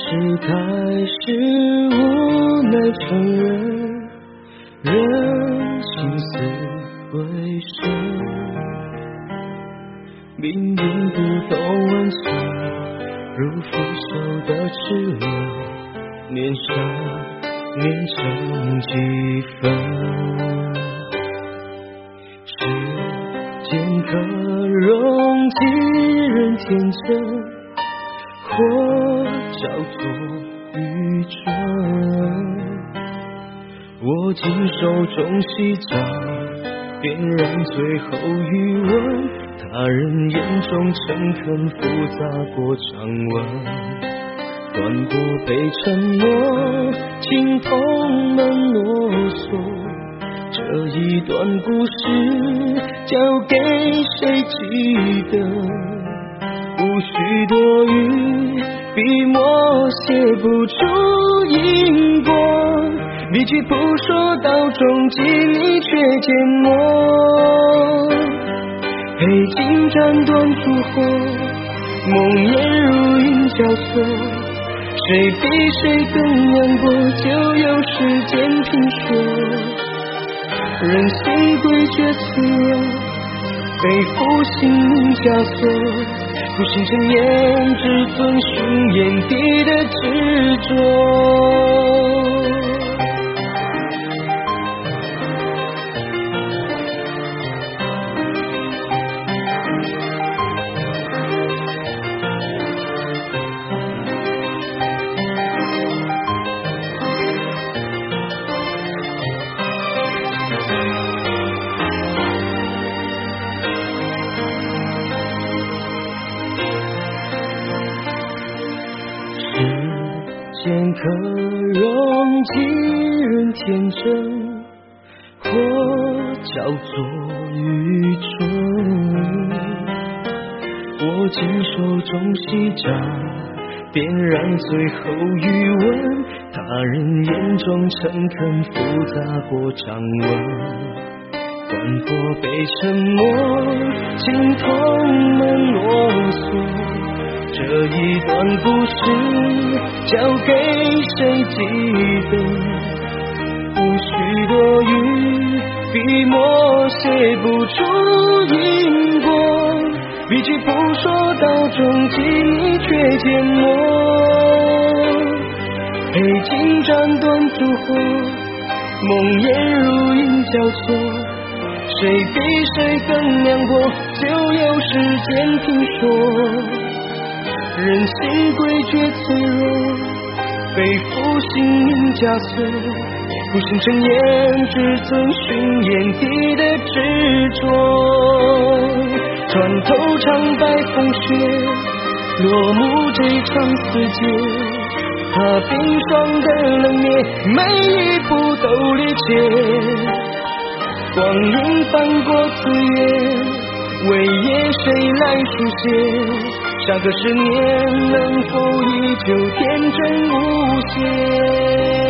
是开始无奈承认，任心思归身，命运不够温存，如腐朽的齿轮，年少碾成几分。时间可容几人天真，或叫做愚蠢。握紧手中锡杖，点燃最后余温，他人眼中诚恳，复杂过长吻，断过被沉默，情同们啰嗦。这一段故事交给谁记得？无需多余，笔墨写不出因果，笔记不说到终极，你却缄默。黑金斩断烛火，梦魇如云交错，谁比谁更难过，就有时间评说。人心诡谲脆弱，背负心灵枷锁，不信陈言，只遵循眼底的执着。时间可容几人天真，或叫做愚蠢。握紧手中锡杖，点燃最后余温，他人眼中诚恳，复杂过掌纹，断过被沉默，情同们啰嗦。这一段故事交给谁记得？无需多余，笔墨写不出因果，笔记不说到终极，你却缄默。黑金斩断烛火，梦魇如云交错，谁比谁更凉薄，就有时间评说。人心诡谲脆弱，背负心灵枷锁，不信陈言，只遵循眼底的执着。穿透长白风雪，落幕这场死劫，他冰霜的冷冽，每一步都理解。光阴翻过岁月，为夜谁来书写？下个10年，能否依旧天真无邪？